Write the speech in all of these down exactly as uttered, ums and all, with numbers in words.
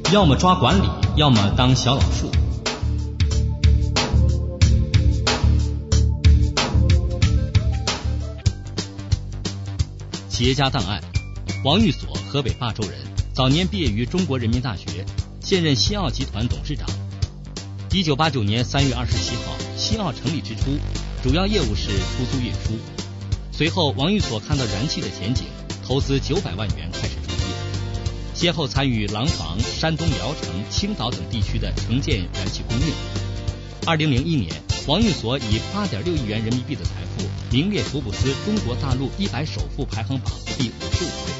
要么抓管理，要么当小老树。企业家档案：王玉锁，河北霸州人，早年毕业于中国人民大学，现任新奥集团董事长。一九八九年三月二十七号，新奥成立之初，主要业务是出租运输。随后，王玉锁看到燃气的前景，投资九百万元开始创业，先后参与廊坊、山东聊城、青岛等地区的城建燃气供应。二零零一年，王玉锁以八点六亿元人民币的财富，名列福布斯中国大陆一百首富排行榜第五十五位。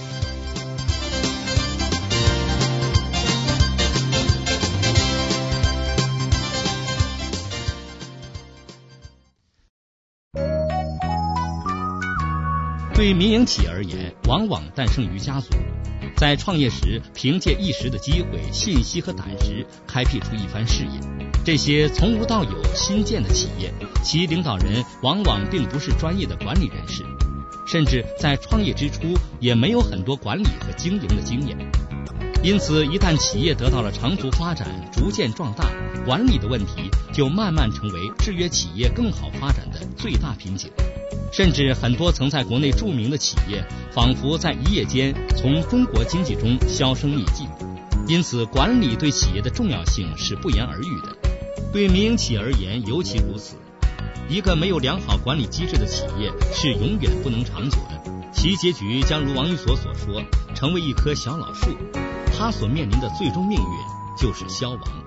对民营企业而言，往往诞生于家族，在创业时凭借一时的机会、信息和胆识，开辟出一番事业。这些从无到有新建的企业，其领导人往往并不是专业的管理人士，甚至在创业之初也没有很多管理和经营的经验。因此，一旦企业得到了长足发展，逐渐壮大，管理的问题就慢慢成为制约企业更好发展的最大瓶颈。甚至很多曾在国内著名的企业，仿佛在一夜间从中国经济中销声匿迹。因此，管理对企业的重要性是不言而喻的。对民营企业而言尤其如此。一个没有良好管理机制的企业是永远不能长久的，其结局将如王玉锁所说，成为一棵小老树，它所面临的最终命运就是消亡。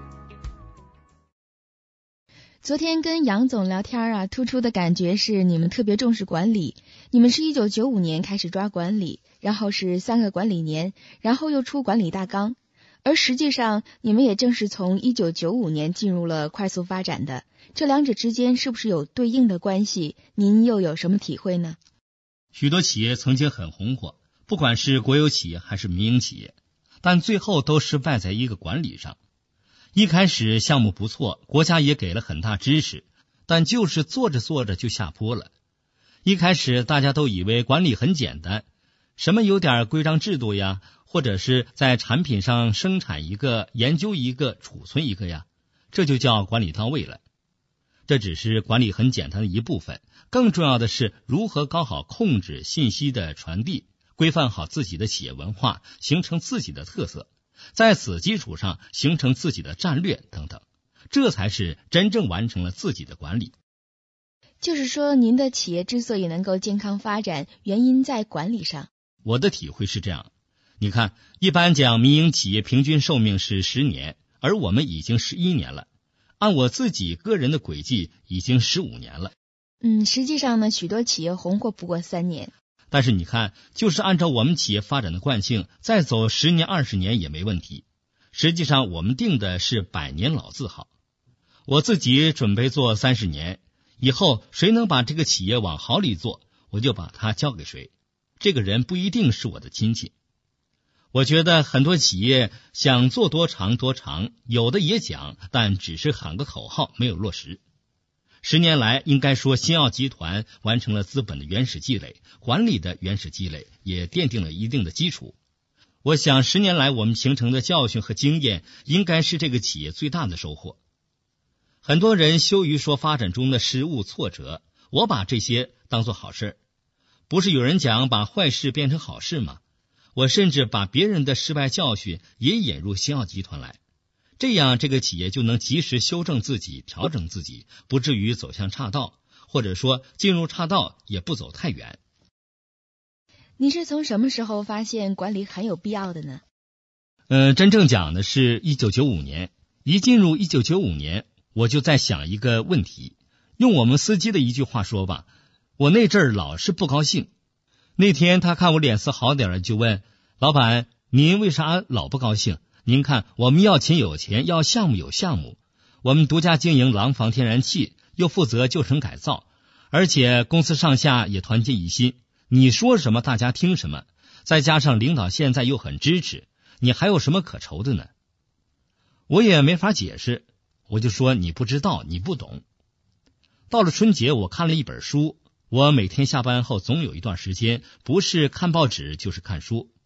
昨天跟杨总聊天啊，突出的感觉是你们特别重视管理。你们是一九九五年开始抓管理，然后是三个管理年，然后又出管理大纲。而实际上，你们也正是从一九九五年进入了快速发展的，这两者之间是不是有对应的关系？您又有什么体会呢？ 许多企业曾经很红火，不管是国有企业还是民营企业，但最后都失败在一个管理上。一开始项目不错，国家也给了很大支持，但就是做着做着就下坡了。一开始大家都以为管理很简单，什么有点规章制度呀，或者是在产品上生产一个、研究一个、储存一个呀，这就叫管理到位了。这只是管理很简单的一部分，更重要的是如何搞好控制信息的传递，规范好自己的企业文化，形成自己的特色，在此基础上形成自己的战略等等，这才是真正完成了自己的管理。 就是说，您的企业之所以能够健康发展，原因在管理上。 我的体会是这样，你看，一般讲民营企业平均寿命是十年，而我们已经十一年了，按我自己个人的轨迹已经十五年了。 嗯，实际上呢，许多企业红过不过三年。 但是你看，就是按照我们企业发展的惯性，再走十年二十年也没问题。实际上我们定的是百年老字号，我自己准备做三十年，以后谁能把这个企业往好里做，我就把它交给谁。这个人不一定是我的亲戚。我觉得很多企业想做多长多长，有的也讲，但只是喊个口号，没有落实。十年来，应该说新奥集团完成了资本的原始积累，管理的原始积累也奠定了一定的基础。我想十年来我们形成的教训和经验，应该是这个企业最大的收获。很多人羞于说发展中的失误挫折，我把这些当作好事。不是有人讲把坏事变成好事吗？我甚至把别人的失败教训也引入新奥集团来，这样这个企业就能及时修正自己，调整自己，不至于走向岔道，或者说进入岔道也不走太远。 你是从什么时候发现管理很有必要的呢？ 呃，真正讲的是一九九五年。一进入一九九五年，我就在想一个问题，用我们司机的一句话说吧，我那阵儿老是不高兴。那天他看我脸色好点了，就问老板，您为啥老不高兴？您看我们要钱有钱，要项目有项目，我们独家经营廊坊天然气，又负责旧城改造，而且公司上下也团结一心，你说什么大家听什么，再加上领导现在又很支持，你还有什么可愁的呢？我也没法解释，我就说你不知道，你不懂。到了春节，我看了一本书，我每天下班后总有一段时间不是看报纸就是看书。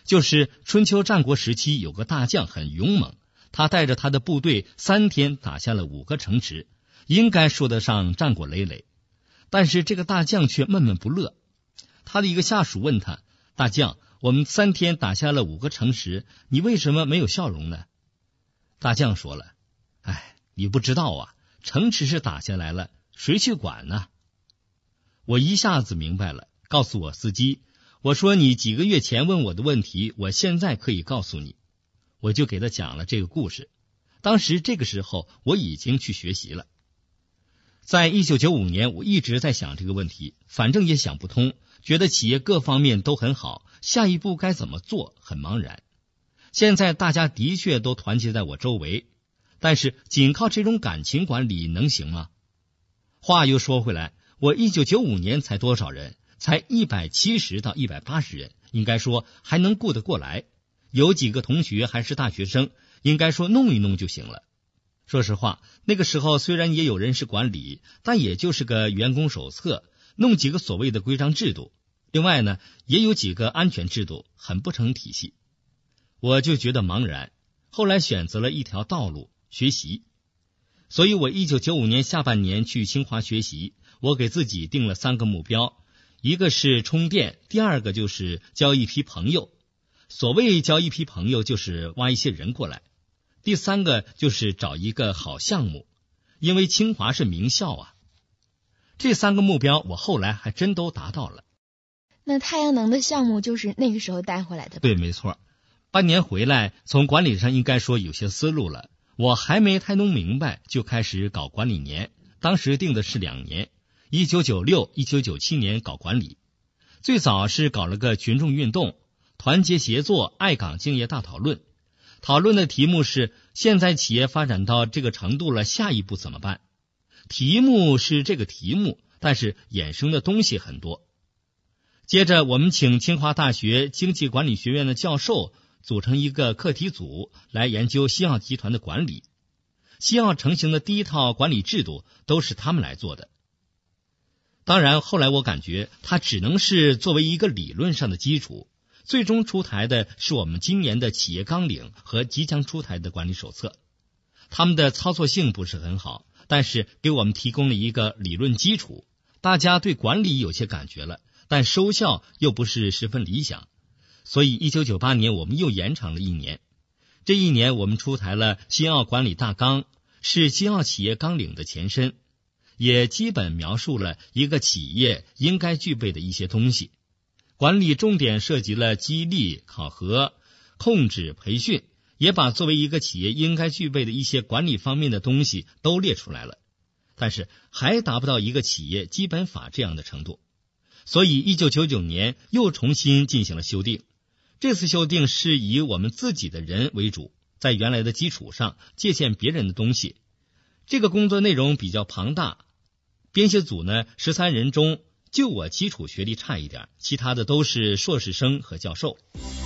就是春秋战国时期有个大将很勇猛，他带着他的部队三天打下了五个城池，应该说得上战果累累。但是这个大将却闷闷不乐。他的一个下属问他：大将，我们三天打下了五个城池，你为什么没有笑容呢？大将说了：哎，你不知道啊，城池是打下来了，谁去管呢？我一下子明白了，告诉我司机，我说你几个月前问我的问题，我现在可以告诉你。我就给他讲了这个故事。当时这个时候我已经去学习了。在一九九五年，我一直在想这个问题，反正也想不通，觉得企业各方面都很好，下一步该怎么做很茫然。现在大家的确都团结在我周围，但是仅靠这种感情管理能行吗？话又说回来，我一九九五年才多少人？才一百七十到一百八十人，应该说还能顾得过来。有几个同学还是大学生，应该说弄一弄就行了。说实话，那个时候虽然也有人事管理，但也就是个员工手册，弄几个所谓的规章制度。另外呢，也有几个安全制度，很不成体系。我就觉得茫然，后来选择了一条道路，学习。所以我一九九五年下半年去清华学习，我给自己定了三个目标，一个是充电，第二个就是交一批朋友。所谓交一批朋友，就是挖一些人过来。第三个就是找一个好项目，因为清华是名校啊。这三个目标我后来还真都达到了。 那太阳能的项目就是那个时候带回来的吧？ 对，没错。半年回来，从管理上应该说有些思路了。我还没太弄明白，就开始搞管理年，当时定的是两年，一九九六、一九九七年搞管理。最早是搞了个群众运动，团结协作，爱岗敬业大讨论。讨论的题目是现在企业发展到这个程度了，下一步怎么办？题目是这个题目，但是衍生的东西很多。接着我们请清华大学经济管理学院的教授组成一个课题组来研究西奥集团的管理。西奥成型的第一套管理制度都是他们来做的。当然后来我感觉它只能是作为一个理论上的基础，最终出台的是我们今年的企业纲领和即将出台的管理手册。他们的操作性不是很好，但是给我们提供了一个理论基础，大家对管理有些感觉了，但收效又不是十分理想。所以一九九八年我们又延长了一年。这一年我们出台了新奥管理大纲，是新奥企业纲领的前身，也基本描述了一个企业应该具备的一些东西。管理重点涉及了激励、考核、控制、培训，也把作为一个企业应该具备的一些管理方面的东西都列出来了，但是还达不到一个企业基本法这样的程度。所以一九九九年又重新进行了修订。这次修订是以我们自己的人为主，在原来的基础上借鉴别人的东西。这个工作内容比较庞大，编写组呢十三人中就我基础学历差一点，其他的都是硕士生和教授。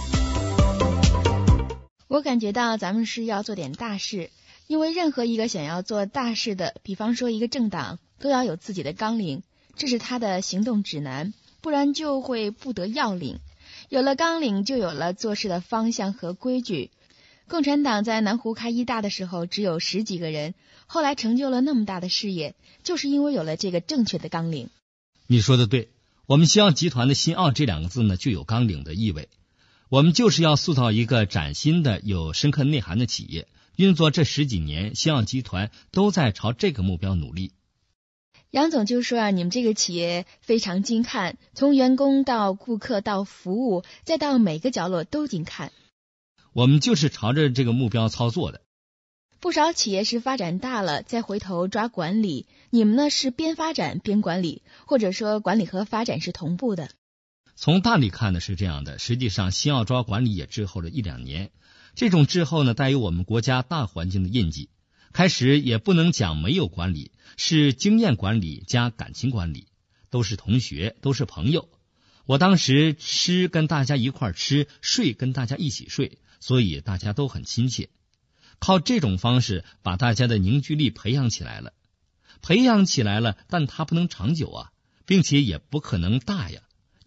我感觉到咱们是要做点大事，因为任何一个想要做大事的，比方说一个政党，都要有自己的纲领，这是他的行动指南，不然就会不得要领。有了纲领，就有了做事的方向和规矩。共产党在南湖开医大的时候只有十几个人，后来成就了那么大的事业，就是因为有了这个正确的纲领。 你说的对，我们新奥集团的新奥这两个字呢，就有纲领的意味。我们就是要塑造一个崭新的有深刻内涵的企业，运作这十几年，新奥集团都在朝这个目标努力。 杨总就说啊，你们这个企业非常精看，从员工到顾客到服务，再到每个角落都精看。 我们就是朝着这个目标操作的。 不少企业是发展大了再回头抓管理，你们呢是边发展边管理，或者说管理和发展是同步的。 从大里看呢是这样的，实际上新奥抓管理也滞后了一两年，这种滞后呢带有我们国家大环境的印记。开始也不能讲没有管理，是经验管理加感情管理，都是同学，都是朋友。我当时吃跟大家一块吃，睡跟大家一起睡，所以大家都很亲切。靠这种方式把大家的凝聚力培养起来了，培养起来了，但它不能长久啊，并且也不可能大呀，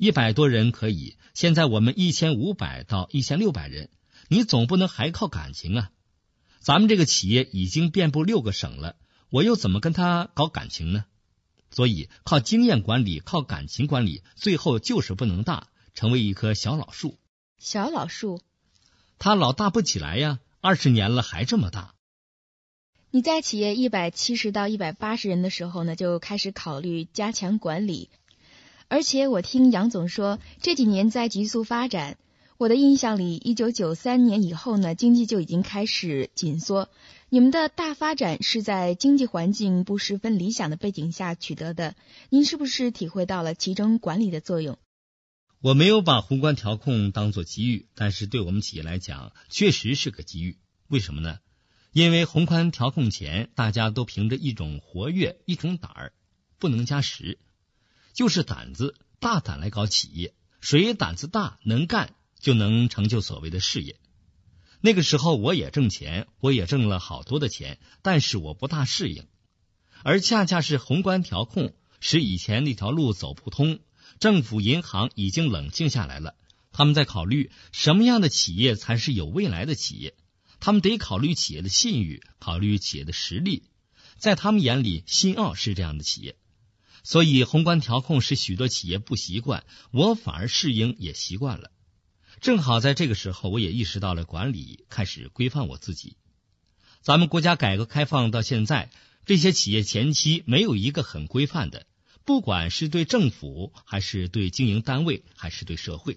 一百多人可以，现在我们一千五百到一千六百人，你总不能还靠感情啊。咱们这个企业已经遍布六个省了，我又怎么跟他搞感情呢？所以靠经验管理，靠感情管理，最后就是不能大，成为一棵小老树。 小老树， 它老大不起来呀，二十年了还这么大。 你在企业一百七十到一百八十人的时候呢，就开始考虑加强管理。而且我听杨总说，这几年在急速发展。我的印象里，一九九三年以后呢，经济就已经开始紧缩。你们的大发展是在经济环境不十分理想的背景下取得的，您是不是体会到了其中管理的作用？ 我没有把宏观调控当作机遇，但是对我们企业来讲，确实是个机遇。为什么呢？因为宏观调控前，大家都凭着一种活跃，一种胆儿，不能加实，就是胆子，大胆来搞企业，谁胆子大能干，就能成就所谓的事业。那个时候我也挣钱，我也挣了好多的钱，但是我不大适应。而恰恰是宏观调控使以前那条路走不通，政府银行已经冷静下来了，他们在考虑什么样的企业才是有未来的企业，他们得考虑企业的信誉，考虑企业的实力。在他们眼里，新奥是这样的企业。所以宏观调控使许多企业不习惯，我反而适应也习惯了。正好在这个时候，我也意识到了管理，开始规范我自己。咱们国家改革开放到现在，这些企业前期没有一个很规范的，不管是对政府，还是对经营单位，还是对社会。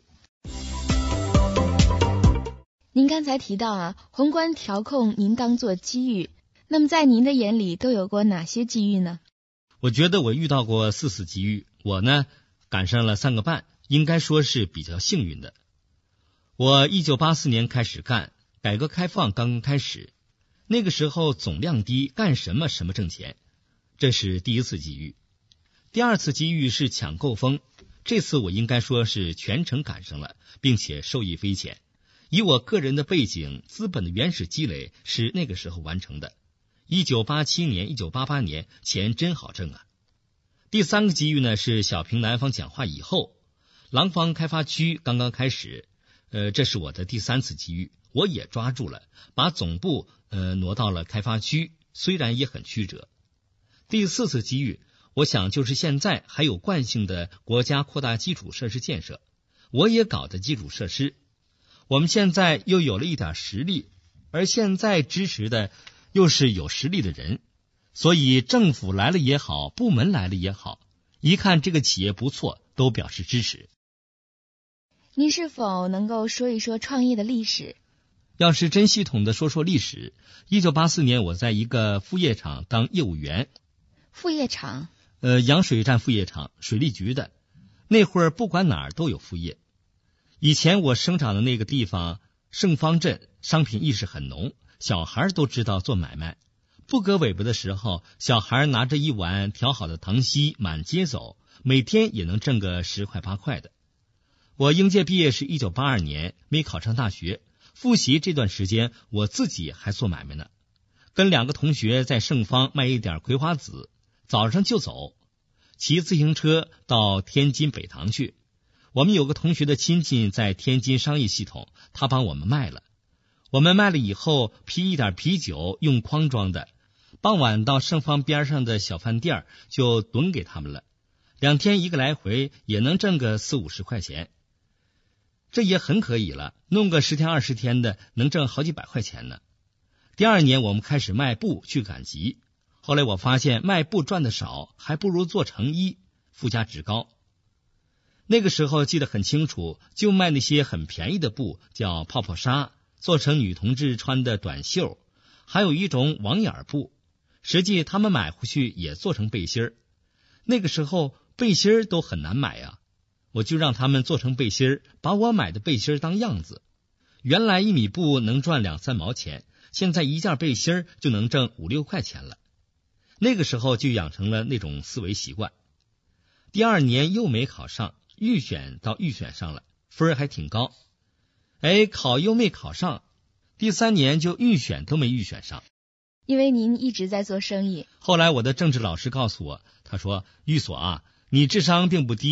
您刚才提到啊，宏观调控您当作机遇，那么在您的眼里都有过哪些机遇呢？ 我觉得我遇到过四次机遇，我呢赶上了三个半，应该说是比较幸运的。我一九八四年开始干，改革开放刚刚开始，那个时候总量低，干什么什么挣钱，这是第一次机遇。第二次机遇是抢购风，这次我应该说是全程赶上了，并且受益匪浅。以我个人的背景，资本的原始积累是那个时候完成的。一九八七年、一九八八年钱真好挣啊。第三个机遇呢是小平南方讲话以后，廊坊开发区刚刚开始。呃，这是我的第三次机遇，我也抓住了，把总部呃挪到了开发区，虽然也很曲折。第四次机遇，我想就是现在还有惯性的国家扩大基础设施建设，我也搞的基础设施。我们现在又有了一点实力，而现在支持的又是有实力的人，所以政府来了也好，部门来了也好，一看这个企业不错，都表示支持。 您是否能够说一说创业的历史？ 要是真系统的说说历史，一九八四年我在一个副业厂当业务员。 副业厂？ 呃，洋水站副业厂，水利局的。那会儿不管哪儿都有副业。以前我生长的那个地方，盛芳镇，商品意识很浓，小孩都知道做买卖。不割尾巴的时候，小孩拿着一碗调好的糖稀满街走，每天也能挣个十块八块的。我应届毕业是一九八二年，没考上大学。复习这段时间，我自己还做买卖呢，跟两个同学在盛芳卖一点葵花籽，早上就走，骑自行车到天津北塘去。我们有个同学的亲戚在天津商业系统，他帮我们卖了。我们卖了以后，批一点啤酒，用筐装的，傍晚到盛芳边上的小饭店就吨给他们了。两天一个来回，也能挣个四五十块钱。这也很可以了，弄个十天二十天的，能挣好几百块钱呢。第二年我们开始卖布去赶集，后来我发现卖布赚的少，还不如做成衣，附加值高。那个时候记得很清楚，就卖那些很便宜的布，叫泡泡纱，做成女同志穿的短袖，还有一种网眼布，实际他们买回去也做成背心儿。那个时候背心儿都很难买啊，我就让他们做成背心儿，把我买的背心儿当样子。原来一米布能赚两三毛钱，现在一件背心儿就能挣五六块钱了。那个时候就养成了那种思维习惯。第二年又没考上，预选到预选上了，分儿还挺高。哎，考又没考上，第三年就预选都没预选上。 因为您一直在做生意。 后来我的政治老师告诉我，他说：“寓所啊，你智商并不低，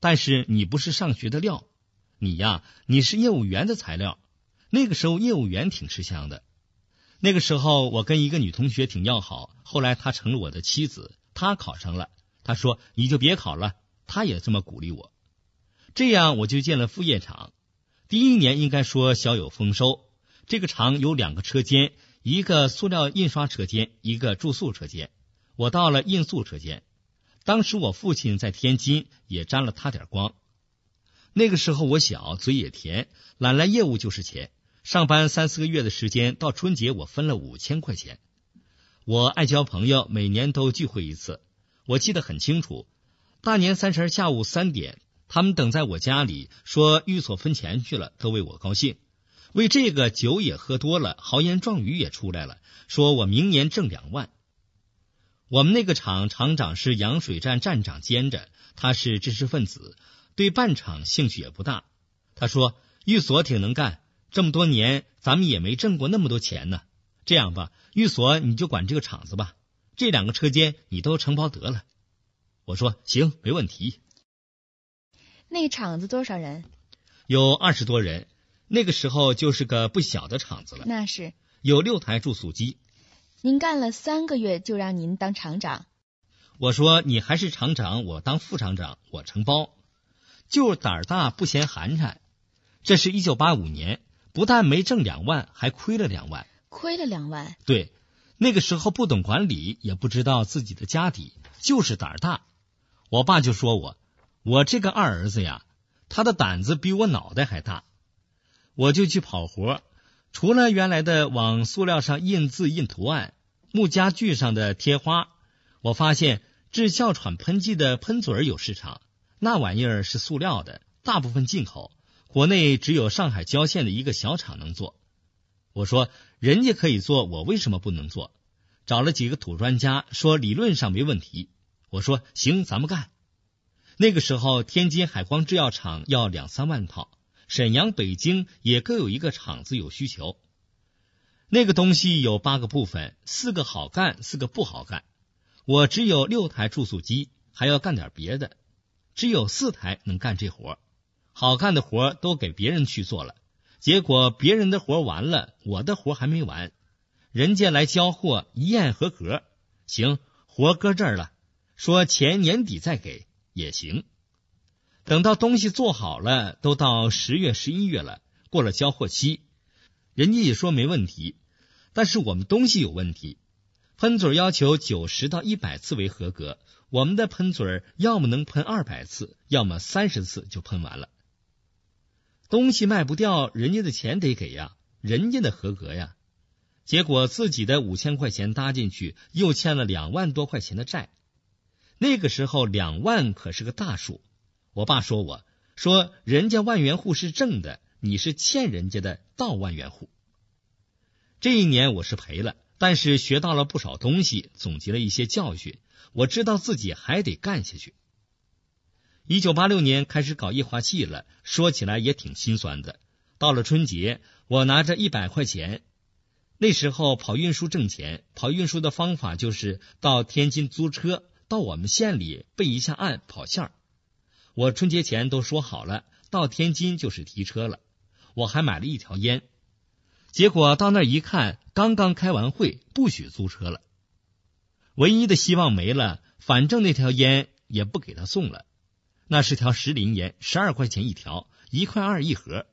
但是你不是上学的料，你呀，你是业务员的材料。那个时候业务员挺吃香的。那个时候我跟一个女同学挺要好，后来她成了我的妻子，她考上了，她说你就别考了，她也这么鼓励我。这样我就进了副业厂。第一年应该说小有丰收。这个厂有两个车间，一个塑料印刷车间，一个注塑车间。我到了印塑车间。当时我父亲在天津，也沾了他点光。那个时候我小，嘴也甜，揽来业务就是钱。上班三四个月的时间，到春节我分了五千块钱。我爱交朋友，每年都聚会一次。我记得很清楚，大年三十下午三点，他们等在我家里，说寓所分钱去了，都为我高兴。为这个酒也喝多了，豪言壮语也出来了，说我明年挣两万。我们那个厂厂长是洋水站站长兼着，他是知识分子，对办厂兴趣也不大。他说寓所挺能干，这么多年咱们也没挣过那么多钱呢。这样吧，寓所你就管这个厂子吧，这两个车间你都承包得了。我说行，没问题。 那厂子多少人？ 有二十多人，那个时候就是个不小的厂子了。 那是。 有六台注塑机。 您干了三个月就让您当厂长。 我说你还是厂长，我当副厂长，我承包。就胆儿大不嫌寒碜。这是一九八五年，不但没挣两万，还亏了两万。 亏了两万？ 对，那个时候不懂管理，也不知道自己的家底，就是胆儿大。我爸就说我，我这个二儿子呀，他的胆子比我脑袋还大。我就去跑活，除了原来的往塑料上印字印图案，木家具上的贴花，我发现治哮喘喷剂的喷嘴有市场，那玩意儿是塑料的，大部分进口，国内只有上海郊县的一个小厂能做。我说人家可以做，我为什么不能做？找了几个土专家，说理论上没问题。我说行，咱们干。那个时候天津海光制药厂要两三万套，沈阳、北京也各有一个厂子有需求。那个东西有八个部分，四个好干，四个不好干。我只有六台注塑机，还要干点别的，只有四台能干这活。好干的活都给别人去做了，结果别人的活完了，我的活还没完。人家来交货，一验合格，行，活搁这儿了，说钱年底再给也行。等到东西做好了，都到十月十一月了，过了交货期，人家也说没问题，但是我们东西有问题。喷嘴要求九十到一百次为合格，我们的喷嘴要么能喷二百次，要么三十次就喷完了。东西卖不掉，人家的钱得给呀，人家的合格呀。结果自己的五千块钱搭进去，又欠了两万多块钱的债。那个时候两万可是个大数。我爸说我说人家万元户是正的，你是欠人家的倒万元户。这一年我是赔了，但是学到了不少东西，总结了一些教训，我知道自己还得干下去。一九八六年开始搞液化气了，说起来也挺心酸的。到了春节，我拿着一百块钱，那时候跑运输挣钱，跑运输的方法就是到天津租车，到我们县里备一下案跑线儿。我春节前都说好了，到天津就是提车了。我还买了一条烟，结果到那儿一看，刚刚开完会，不许租车了。唯一的希望没了，反正那条烟也不给他送了。那是条石林烟，十二块钱一条，一块二一盒。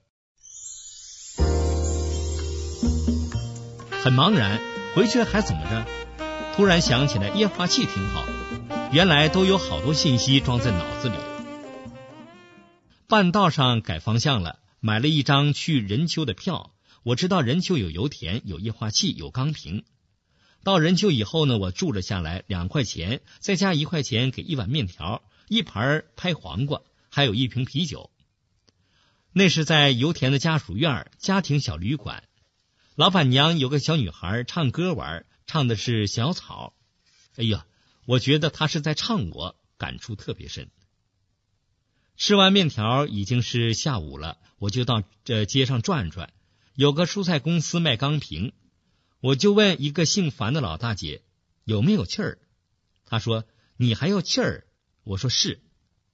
很茫然，回去还怎么着？突然想起来液化气挺好，原来都有好多信息装在脑子里。半道上改方向了，买了一张去任丘的票。我知道任丘有油田，有液化气，有钢瓶。到任丘以后呢，我住了下来，两块钱，再加一块钱给一碗面条，一盘拍黄瓜，还有一瓶啤酒。那是在油田的家属院，家庭小旅馆。老板娘有个小女孩唱歌玩，唱的是小草。哎呀，我觉得她是在唱我，感触特别深。吃完面条已经是下午了，我就到这街上转转，有个蔬菜公司卖钢瓶，我就问一个姓樊的老大姐有没有气儿。她说你还要气儿？我说是。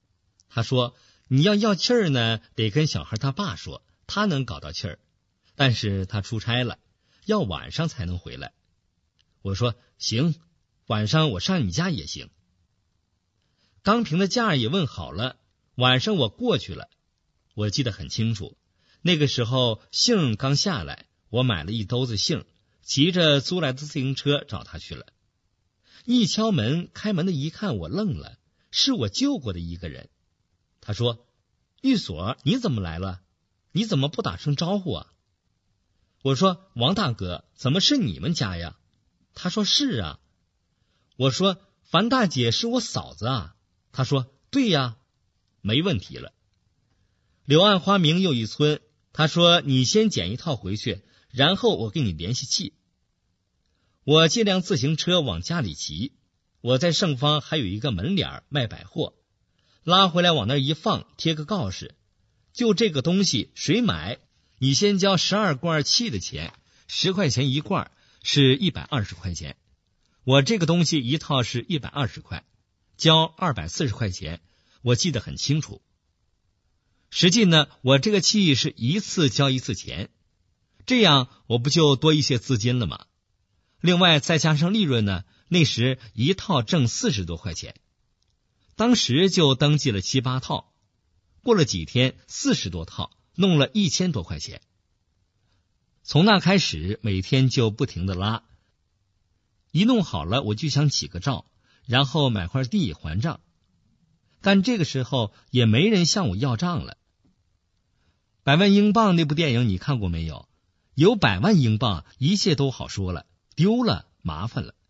他说，你要要气儿呢，得跟小孩他爸说，他能搞到气儿，但是他出差了，要晚上才能回来。我说行，晚上我上你家也行。钢瓶的价也问好了，晚上我过去了。我记得很清楚，那个时候杏刚下来，我买了一兜子杏，骑着租来的自行车找他去了。一敲门，开门的一看，我愣了，是我救过的一个人。他说，玉锁，你怎么来了？你怎么不打声招呼啊？我说，王大哥，怎么是你们家呀？他说，是啊。我说，樊大姐是我嫂子啊。他说，对呀，没问题了。柳暗花明又一村，他说，你先捡一套回去，然后我给你联系气。我借辆自行车往家里骑，我在盛方还有一个门脸卖百货，拉回来往那一放，贴个告示，就这个东西谁买，你先交十二罐气的钱，十块钱一罐，是一百二十块钱。我这个东西一套是一百二十块，交二百四十块钱，我记得很清楚。实际呢，我这个气是一次交一次钱，这样我不就多一些资金了吗？另外再加上利润呢，那时一套挣四十多块钱，当时就登记了七八套，过了几天四十多套，弄了一千多块钱。从那开始每天就不停的拉，一弄好了我就想起个照，然后买块地还账。但这个时候也没人向我要账了。百万英镑那部电影你看过没有？有百万英镑，一切都好说了，丢了麻烦了。